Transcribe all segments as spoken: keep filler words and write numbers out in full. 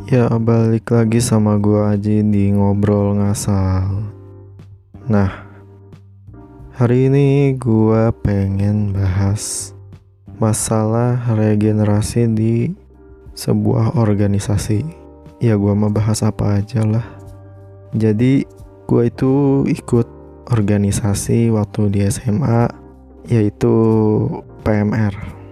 Ya balik lagi sama gua Aji di Ngobrol Ngasal. Nah, hari ini gua pengen bahas masalah regenerasi di sebuah organisasi. Ya gua mau bahas apa aja lah. Jadi gua itu ikut organisasi waktu di S M A, yaitu P M R.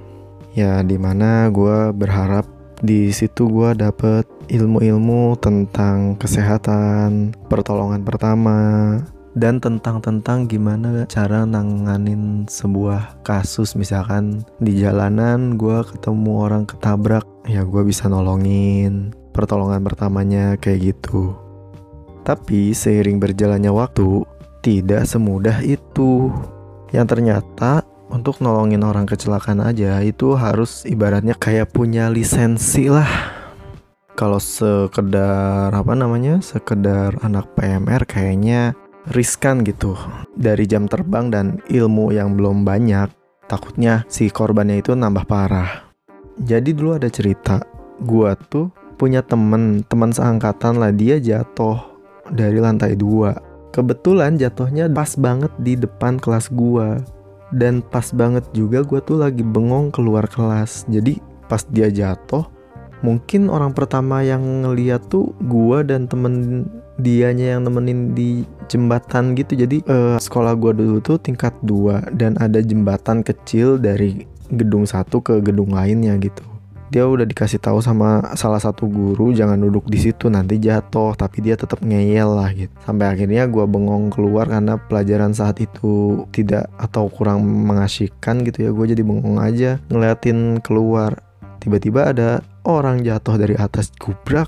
Ya dimana gua berharap di situ gua dapet ilmu-ilmu tentang kesehatan, pertolongan pertama, dan tentang-tentang gimana cara nanganin sebuah kasus. Misalkan di jalanan gue ketemu orang ketabrak, ya gue bisa nolongin, pertolongan pertamanya kayak gitu. Tapi seiring berjalannya waktu, tidak semudah itu. Yang ternyata untuk nolongin orang kecelakaan aja itu harus ibaratnya kayak punya lisensi lah. Kalau sekedar apa namanya, sekedar anak P M R kayaknya riskan gitu. Dari jam terbang dan ilmu yang belum banyak, takutnya si korbannya itu nambah parah. Jadi dulu ada cerita, gua tuh punya temen, teman seangkatan lah, dia jatuh dari lantai dua. Kebetulan jatuhnya pas banget di depan kelas gua. Dan pas banget juga gua tuh lagi bengong keluar kelas. Jadi pas dia jatuh, mungkin orang pertama yang ngeliat tuh gua dan temen dianya yang nemenin di jembatan gitu. Jadi eh, sekolah gua dulu tuh tingkat dua dan ada jembatan kecil dari gedung satu ke gedung lainnya gitu. Dia udah dikasih tahu sama salah satu guru jangan duduk di situ nanti jatuh, tapi dia tetap ngeyel lah gitu. Sampai akhirnya gua bengong keluar karena pelajaran saat itu tidak atau kurang mengasyikkan gitu ya. Gua jadi bengong aja ngeliatin keluar. Tiba-tiba ada orang jatuh dari atas, gubrak.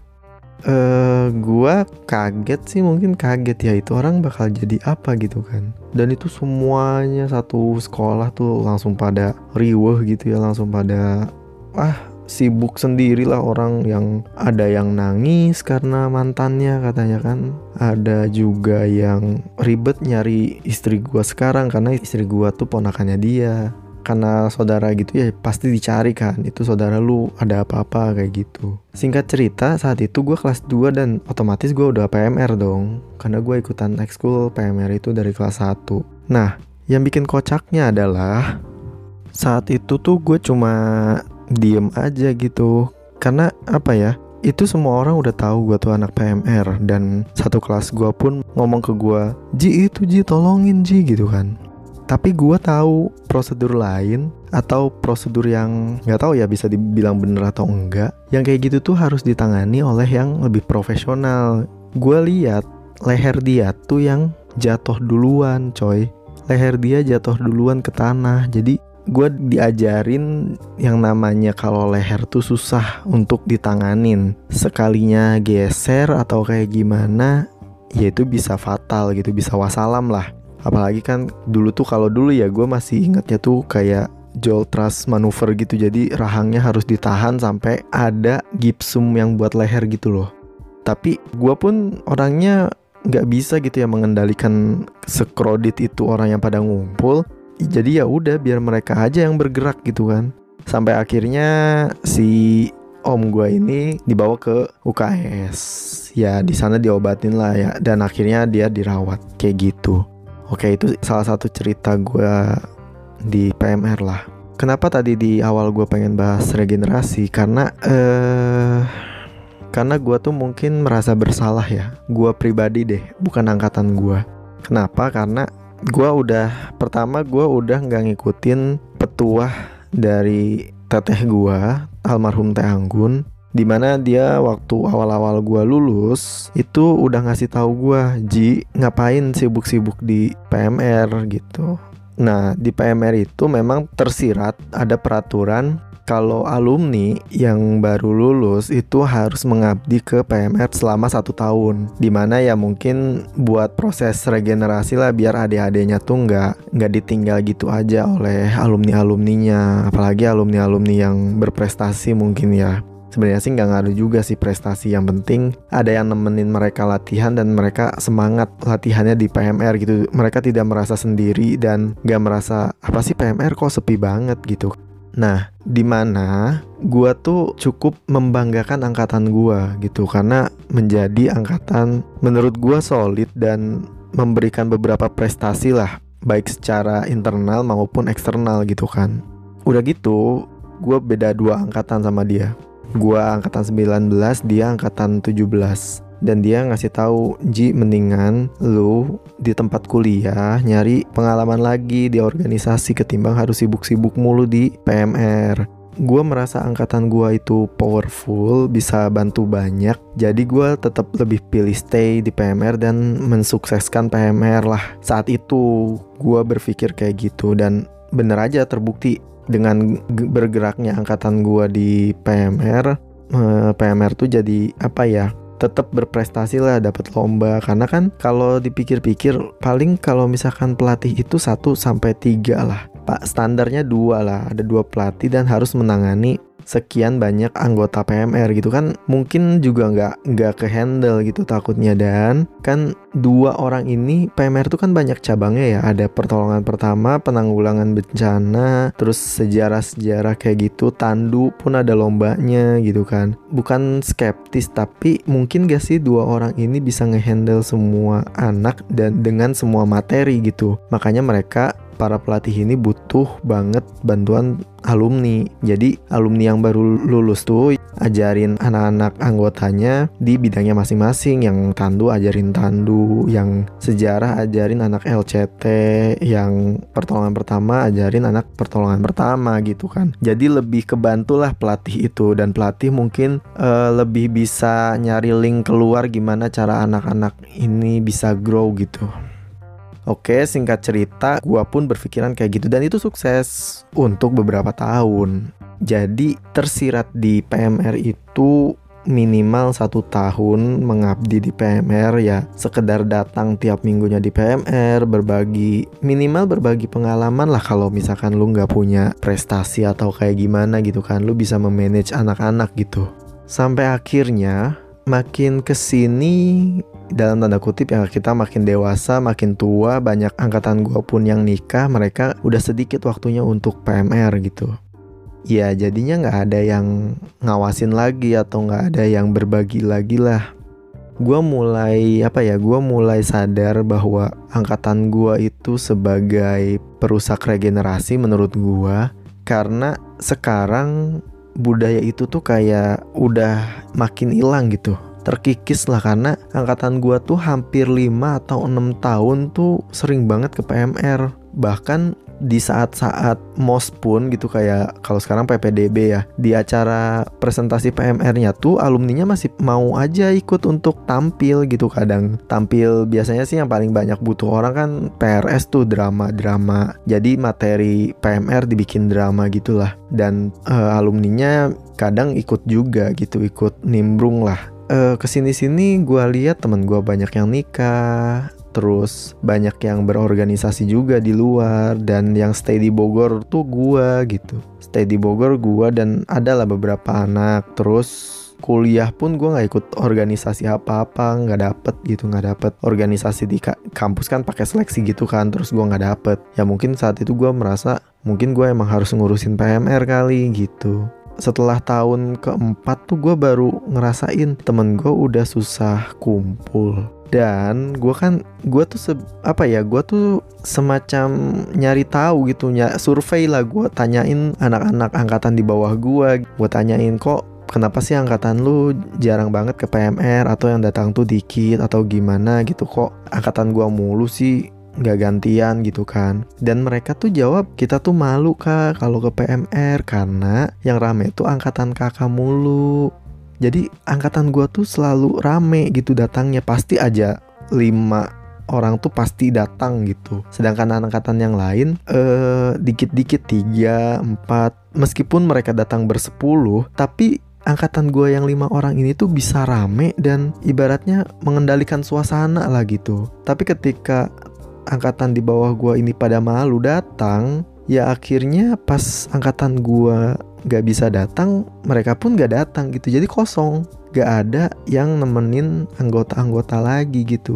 Eh, gua kaget sih, mungkin kaget ya, itu orang bakal jadi apa gitu kan. Dan itu semuanya satu sekolah tuh langsung pada riweuh gitu ya, langsung pada ah sibuk sendirilah orang, yang ada yang nangis karena mantannya katanya kan. Ada juga yang ribet nyari istri gua sekarang karena istri gua tuh ponakannya dia. Karena saudara gitu ya pasti dicari kan, itu saudara lu ada apa-apa kayak gitu. Singkat cerita saat itu gue kelas dua dan otomatis gue udah P M R dong, karena gue ikutan ekskul P M R itu dari kelas satu. Nah yang bikin kocaknya adalah saat itu tuh gue cuma diem aja gitu. Karena apa ya, itu semua orang udah tahu gue tuh anak P M R. Dan satu kelas gue pun ngomong ke gue, Ji itu Ji tolongin Ji gitu kan. Tapi gue tahu prosedur lain atau prosedur yang nggak tahu ya bisa dibilang bener atau enggak, yang kayak gitu tuh harus ditangani oleh yang lebih profesional. Gue lihat leher dia tuh yang jatuh duluan coy, leher dia jatuh duluan ke tanah. Jadi gue diajarin yang namanya kalau leher tuh susah untuk ditanganin, sekalinya geser atau kayak gimana ya itu bisa fatal gitu, bisa wassalam lah. Apalagi kan dulu tuh, kalau dulu ya gue masih ingatnya tuh kayak jaw thrust maneuver gitu. Jadi rahangnya harus ditahan sampai ada gipsum yang buat leher gitu loh. Tapi gue pun orangnya gak bisa gitu ya mengendalikan sekrodit itu orang yang pada ngumpul. Jadi ya udah biar mereka aja yang bergerak gitu kan. Sampai akhirnya si om gue ini dibawa ke U K S. Ya di sana diobatin lah ya, dan akhirnya dia dirawat kayak gitu. Oke, itu salah satu cerita gue di P M R lah. Kenapa tadi di awal gue pengen bahas regenerasi? Karena eh karena gue tuh mungkin merasa bersalah ya. Gue pribadi deh, bukan angkatan gue. Kenapa? Karena gue udah, pertama gue udah gak ngikutin petuah dari teteh gue, almarhum Teh Anggun, dimana dia waktu awal-awal gue lulus itu udah ngasih tahu gue, Ji ngapain sibuk-sibuk di P M R gitu. Nah di P M R itu memang tersirat ada peraturan kalau alumni yang baru lulus itu harus mengabdi ke P M R selama satu tahun. Dimana ya mungkin buat proses regenerasi lah, biar adik-adiknya tuh nggak nggak ditinggal gitu aja oleh alumni-alumninya. Apalagi alumni-alumni yang berprestasi mungkin ya. Sebenarnya sih nggak ngaruh juga sih prestasi, yang penting ada yang nemenin mereka latihan dan mereka semangat latihannya di P M R gitu. Mereka tidak merasa sendiri dan nggak merasa apa sih P M R kok sepi banget gitu. Nah, dimana gua tuh cukup membanggakan angkatan gua gitu, karena menjadi angkatan menurut gua solid dan memberikan beberapa prestasi lah, baik secara internal maupun eksternal gitu kan. Udah gitu, gua beda dua angkatan sama dia. Gua angkatan sembilan belas, dia angkatan tujuh belas. Dan dia ngasih tahu, Ji, mendingan lu di tempat kuliah nyari pengalaman lagi di organisasi ketimbang harus sibuk-sibuk mulu di P M R. Gue merasa angkatan gue itu powerful, bisa bantu banyak. Jadi gue tetap lebih pilih stay di P M R dan mensukseskan P M R lah. Saat itu gue berpikir kayak gitu, dan bener aja terbukti dengan bergeraknya angkatan gue di P M R. P M R tuh jadi apa ya, tetap berprestasi lah, dapat lomba. Karena kan kalau dipikir-pikir paling kalau misalkan pelatih itu satu sampai tiga lah, Pak, standarnya dua lah, ada dua pelatih dan harus menangani sekian banyak anggota P M R gitu kan, mungkin juga nggak nggak ke handle gitu takutnya. Dan kan dua orang ini, P M R tuh kan banyak cabangnya ya, ada pertolongan pertama, penanggulangan bencana, terus sejarah-sejarah kayak gitu, tandu pun ada lombanya gitu kan. Bukan skeptis, tapi mungkin gak sih dua orang ini bisa ngehandle semua anak dan dengan semua materi gitu. Makanya mereka, para pelatih ini butuh banget bantuan alumni. Jadi alumni yang baru lulus tuh ajarin anak-anak anggotanya di bidangnya masing-masing. Yang tandu ajarin tandu, yang sejarah ajarin anak L C T, yang pertolongan pertama ajarin anak pertolongan pertama gitu kan. Jadi lebih kebantulah pelatih itu, dan pelatih mungkin uh, lebih bisa nyari link keluar gimana cara anak-anak ini bisa grow gitu. Oke, singkat cerita, gua pun berpikiran kayak gitu dan itu sukses untuk beberapa tahun. Jadi tersirat di P M R itu minimal satu tahun mengabdi di P M R ya, sekedar datang tiap minggunya di P M R, berbagi, minimal berbagi pengalaman lah. Kalau misalkan lu nggak punya prestasi atau kayak gimana gitu kan, lu bisa memanage anak-anak gitu. Sampai akhirnya makin kesini, dalam tanda kutip ya, kita makin dewasa, makin tua, banyak angkatan gua pun yang nikah, mereka udah sedikit waktunya untuk P M R gitu. Ya jadinya gak ada yang ngawasin lagi atau gak ada yang berbagi lagi lah. Gua mulai apa ya, gua mulai sadar bahwa angkatan gua itu sebagai perusak regenerasi menurut gua. Karena sekarang budaya itu tuh kayak udah makin hilang gitu, terkikis lah. Karena angkatan gua tuh hampir lima atau enam tahun tuh sering banget ke P M R. Bahkan di saat-saat M O S pun gitu, kayak kalau sekarang P P D B ya, di acara presentasi P M R-nya tuh alumninya masih mau aja ikut untuk tampil gitu. Kadang tampil, biasanya sih yang paling banyak butuh orang kan P R S tuh, drama-drama. Jadi materi P M R dibikin drama gitulah. Dan uh, alumninya kadang ikut juga gitu, ikut nimbrung lah. Uh, kesini-sini gue lihat temen gue banyak yang nikah, terus banyak yang berorganisasi juga di luar. Dan yang stay di Bogor tuh gua gitu, stay di Bogor gua dan adalah beberapa anak. Terus kuliah pun gua nggak ikut organisasi apa-apa, nggak dapet gitu, nggak dapet organisasi di ka- kampus kan pakai seleksi gitu kan. Terus gua nggak dapet. Ya mungkin saat itu gua merasa mungkin gua emang harus ngurusin P M R kali gitu. Setelah tahun keempat tuh gue baru ngerasain temen gue udah susah kumpul. Dan gue kan, gue tuh se- apa ya, gue tuh semacam nyari tahu gitu, ny- survei lah. Gue tanyain anak-anak angkatan di bawah gue, gue tanyain, kok kenapa sih angkatan lu jarang banget ke P M R, atau yang datang tuh dikit atau gimana gitu, kok angkatan gue mulu sih nggak gantian gitu kan. Dan mereka tuh jawab, kita tuh malu kak kalau ke P M R karena yang rame tuh angkatan kakak mulu. Jadi angkatan gua tuh selalu rame gitu datangnya, pasti aja lima orang tuh pasti datang gitu. Sedangkan angkatan yang lain eh, dikit-dikit tiga, empat. Meskipun mereka datang bersepuluh, tapi angkatan gue yang lima orang ini tuh bisa rame dan ibaratnya mengendalikan suasana lah gitu. Tapi ketika angkatan di bawah gue ini pada malu datang, ya akhirnya pas angkatan gue gak bisa datang, mereka pun gak datang gitu. Jadi kosong, gak ada yang nemenin anggota-anggota lagi gitu.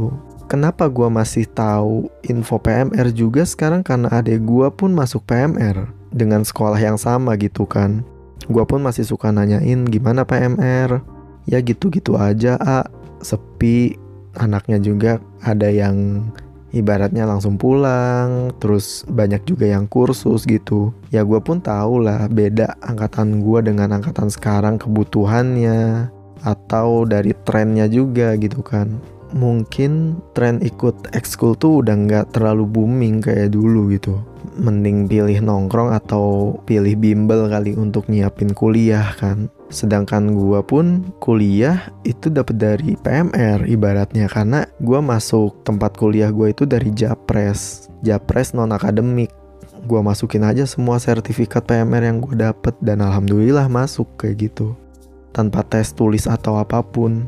kenapa gue masih tahu info P M R juga sekarang karena adek gue pun masuk P M R dengan sekolah yang sama gitu kan. Gue pun masih suka nanyain gimana P M R. Ya gitu-gitu aja, A, sepi. Anaknya juga ada yang ibaratnya langsung pulang, terus banyak juga yang kursus gitu. Ya gue pun tahu lah beda angkatan gue dengan angkatan sekarang kebutuhannya atau dari trennya juga gitu kan. Mungkin tren ikut ekskul tuh udah gak terlalu booming kayak dulu gitu. Mending pilih nongkrong atau pilih bimbel kali untuk nyiapin kuliah kan. Sedangkan gue pun kuliah itu dapet dari P M R ibaratnya, karena gue masuk tempat kuliah gue itu dari Japres. Japres non akademik. Gue masukin aja semua sertifikat P M R yang gue dapet dan alhamdulillah masuk kayak gitu. Tanpa tes tulis atau apapun.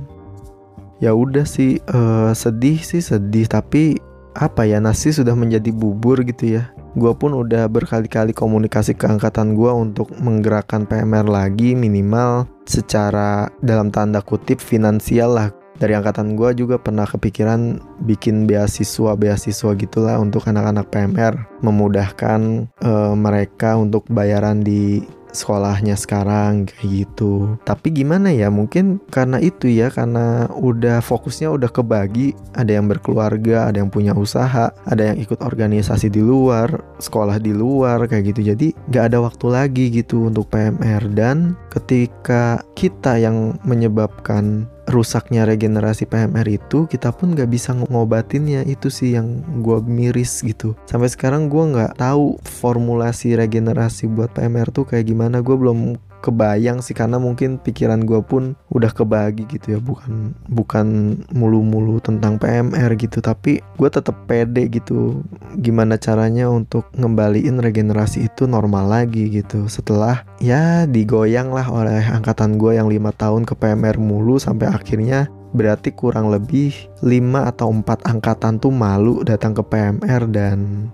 Ya udah sih, uh, sedih sih sedih, tapi apa ya, nasi sudah menjadi bubur gitu ya. Gue pun udah berkali-kali komunikasi ke angkatan gue untuk menggerakkan P M R lagi, minimal secara dalam tanda kutip finansial lah. Dari angkatan gue juga pernah kepikiran bikin beasiswa-beasiswa gitulah untuk anak-anak P M R, memudahkan uh, mereka untuk bayaran di sekolahnya sekarang kayak gitu. Tapi gimana ya, mungkin karena itu ya, karena udah fokusnya udah kebagi. Ada yang berkeluarga, ada yang punya usaha, ada yang ikut organisasi di luar, sekolah di luar kayak gitu. Jadi gak ada waktu lagi gitu untuk P M R. Dan ketika kita yang menyebabkan rusaknya regenerasi P M R itu, kita pun gak bisa ngobatinnya. Itu sih yang gue miris gitu. Sampai sekarang gue gak tahu formulasi regenerasi buat P M R tuh kayak gimana. Gue belum kebayang sih, karena mungkin pikiran gue pun udah kebagi gitu ya. Bukan bukan mulu-mulu tentang P M R gitu, tapi gue tetap pede gitu gimana caranya untuk ngembaliin regenerasi itu normal lagi gitu. Setelah ya digoyang lah oleh angkatan gue yang lima tahun ke P M R mulu, sampai akhirnya berarti kurang lebih lima atau empat angkatan tuh malu datang ke P M R dan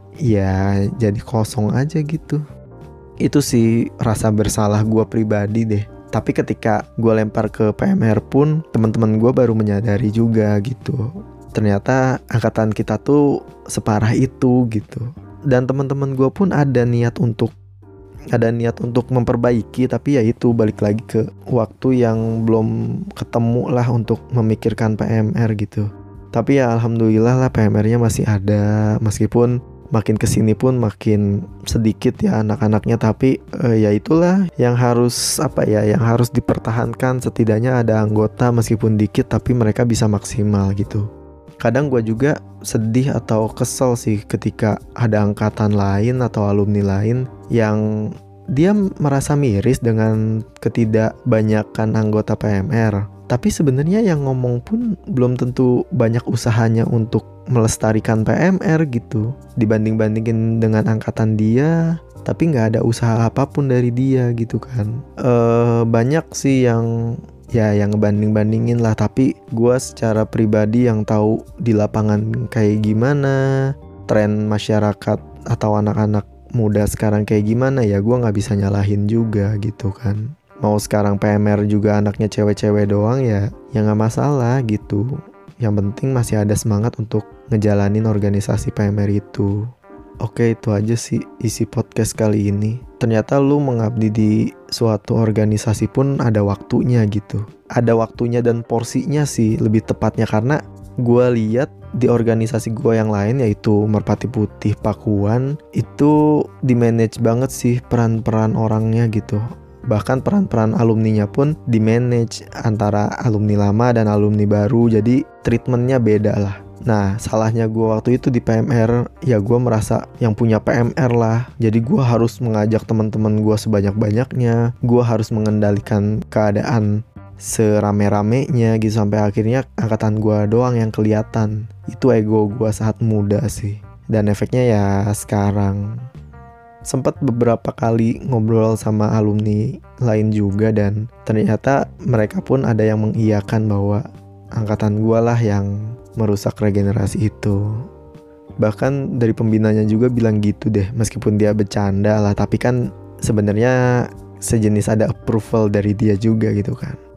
ya jadi kosong aja gitu. Itu sih rasa bersalah gue pribadi deh. Tapi ketika gue lempar ke P M R pun, teman-teman gue baru menyadari juga gitu. Ternyata angkatan kita tuh separah itu gitu. Dan teman-teman gue pun ada niat untuk ada niat untuk memperbaiki, tapi ya itu balik lagi ke waktu yang belum ketemu lah untuk memikirkan P M R gitu. Tapi ya alhamdulillah lah P M R-nya masih ada, meskipun makin kesini pun makin sedikit ya anak-anaknya. Tapi eh, ya itulah yang harus apa ya, yang harus dipertahankan. Setidaknya ada anggota meskipun dikit, tapi mereka bisa maksimal gitu. Kadang gue juga sedih atau kesel sih ketika ada angkatan lain atau alumni lain yang dia merasa miris dengan ketidakbanyakan anggota P M R. Tapi sebenarnya yang ngomong pun belum tentu banyak usahanya untuk melestarikan P M R gitu. Dibanding-bandingin dengan angkatan dia, tapi gak ada usaha apapun dari dia gitu kan. e, Banyak sih yang ya yang ngebanding-bandingin lah. Tapi gue secara pribadi yang tahu di lapangan kayak gimana, tren masyarakat atau anak-anak muda sekarang kayak gimana, ya gue gak bisa nyalahin juga gitu kan. Mau sekarang P M R juga anaknya cewek-cewek doang ya, ya gak masalah gitu. Yang penting masih ada semangat untuk ngejalanin organisasi P M R itu. Oke, itu aja sih isi podcast kali ini. Ternyata lu mengabdi di suatu organisasi pun ada waktunya gitu. Ada waktunya dan porsinya sih lebih tepatnya, karena gue lihat di organisasi gue yang lain, yaitu Merpati Putih Pakuan, itu di-manage banget sih peran-peran orangnya gitu. Bahkan peran-peran alumninya pun di-manage antara alumni lama dan alumni baru. Jadi treatmentnya beda lah. Nah, salahnya gue waktu itu di P M R, ya gue merasa yang punya P M R lah. Jadi gue harus mengajak teman-teman gue sebanyak-banyaknya. Gue harus mengendalikan keadaan serame-ramenya gitu. Sampai akhirnya angkatan gue doang yang kelihatan. Itu ego gue saat muda sih. Dan efeknya ya sekarang. Sempat beberapa kali ngobrol sama alumni lain juga, dan ternyata mereka pun ada yang mengiyakan bahwa angkatan gue lah yang merusak regenerasi itu. Bahkan dari pembinanya juga bilang gitu deh, meskipun dia bercanda lah, tapi kan sebenarnya sejenis ada approval dari dia juga gitu kan.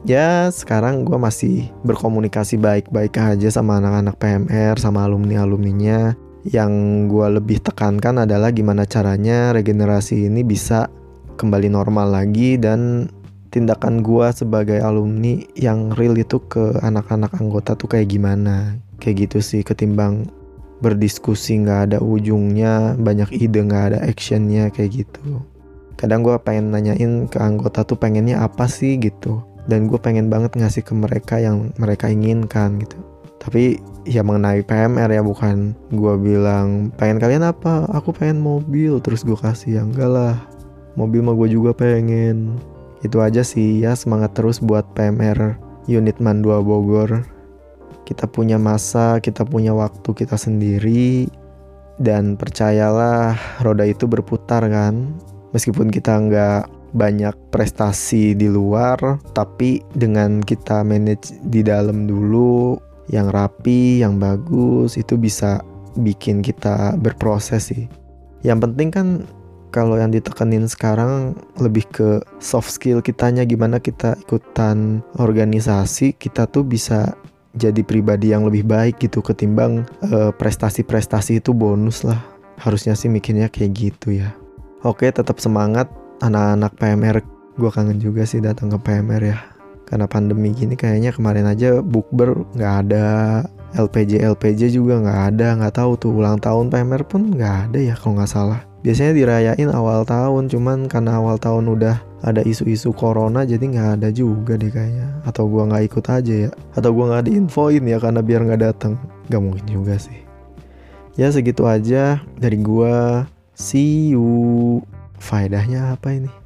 Ya sekarang gue masih berkomunikasi baik-baik aja sama anak-anak P M R, sama alumni-alumninya. Yang gue lebih tekankan adalah gimana caranya regenerasi ini bisa kembali normal lagi, dan tindakan gue sebagai alumni yang real itu ke anak-anak anggota tuh kayak gimana. Kayak gitu sih, ketimbang berdiskusi gak ada ujungnya, banyak ide gak ada actionnya kayak gitu. Kadang gue pengen nanyain ke anggota tuh pengennya apa sih gitu, dan gue pengen banget ngasih ke mereka yang mereka inginkan gitu. Tapi ya mengenai P M R ya, bukan gue bilang pengen kalian apa, aku pengen mobil terus gue kasih, ya enggak lah, mobil mah gue juga pengen. Itu aja sih ya, semangat terus buat P M R unit M A N dua Bogor. Kita punya masa, kita punya waktu kita sendiri, dan percayalah roda itu berputar kan. Meskipun kita nggak banyak prestasi di luar, tapi dengan kita manage di dalam dulu yang rapi, yang bagus, itu bisa bikin kita berproses sih. Yang penting kan kalau yang ditekenin sekarang lebih ke soft skill kitanya, gimana kita ikutan organisasi, kita tuh bisa jadi pribadi yang lebih baik gitu, ketimbang uh, prestasi-prestasi itu bonus lah. Harusnya sih mikirnya kayak gitu ya. Oke, tetap semangat anak-anak P M R. Gue kangen juga sih datang ke P M R ya. Karena pandemi gini kayaknya kemarin aja bukber nggak ada, L P J L P J juga nggak ada, nggak tahu tuh ulang tahun P M R pun nggak ada ya kalau nggak salah. Biasanya dirayain awal tahun, cuman karena awal tahun udah ada isu-isu corona jadi nggak ada juga deh kayaknya. Atau gue nggak ikut aja ya, atau gue nggak diinfoin ya karena biar nggak datang. Nggak mungkin juga sih. Ya segitu aja dari gue. See you. Faedahnya apa ini?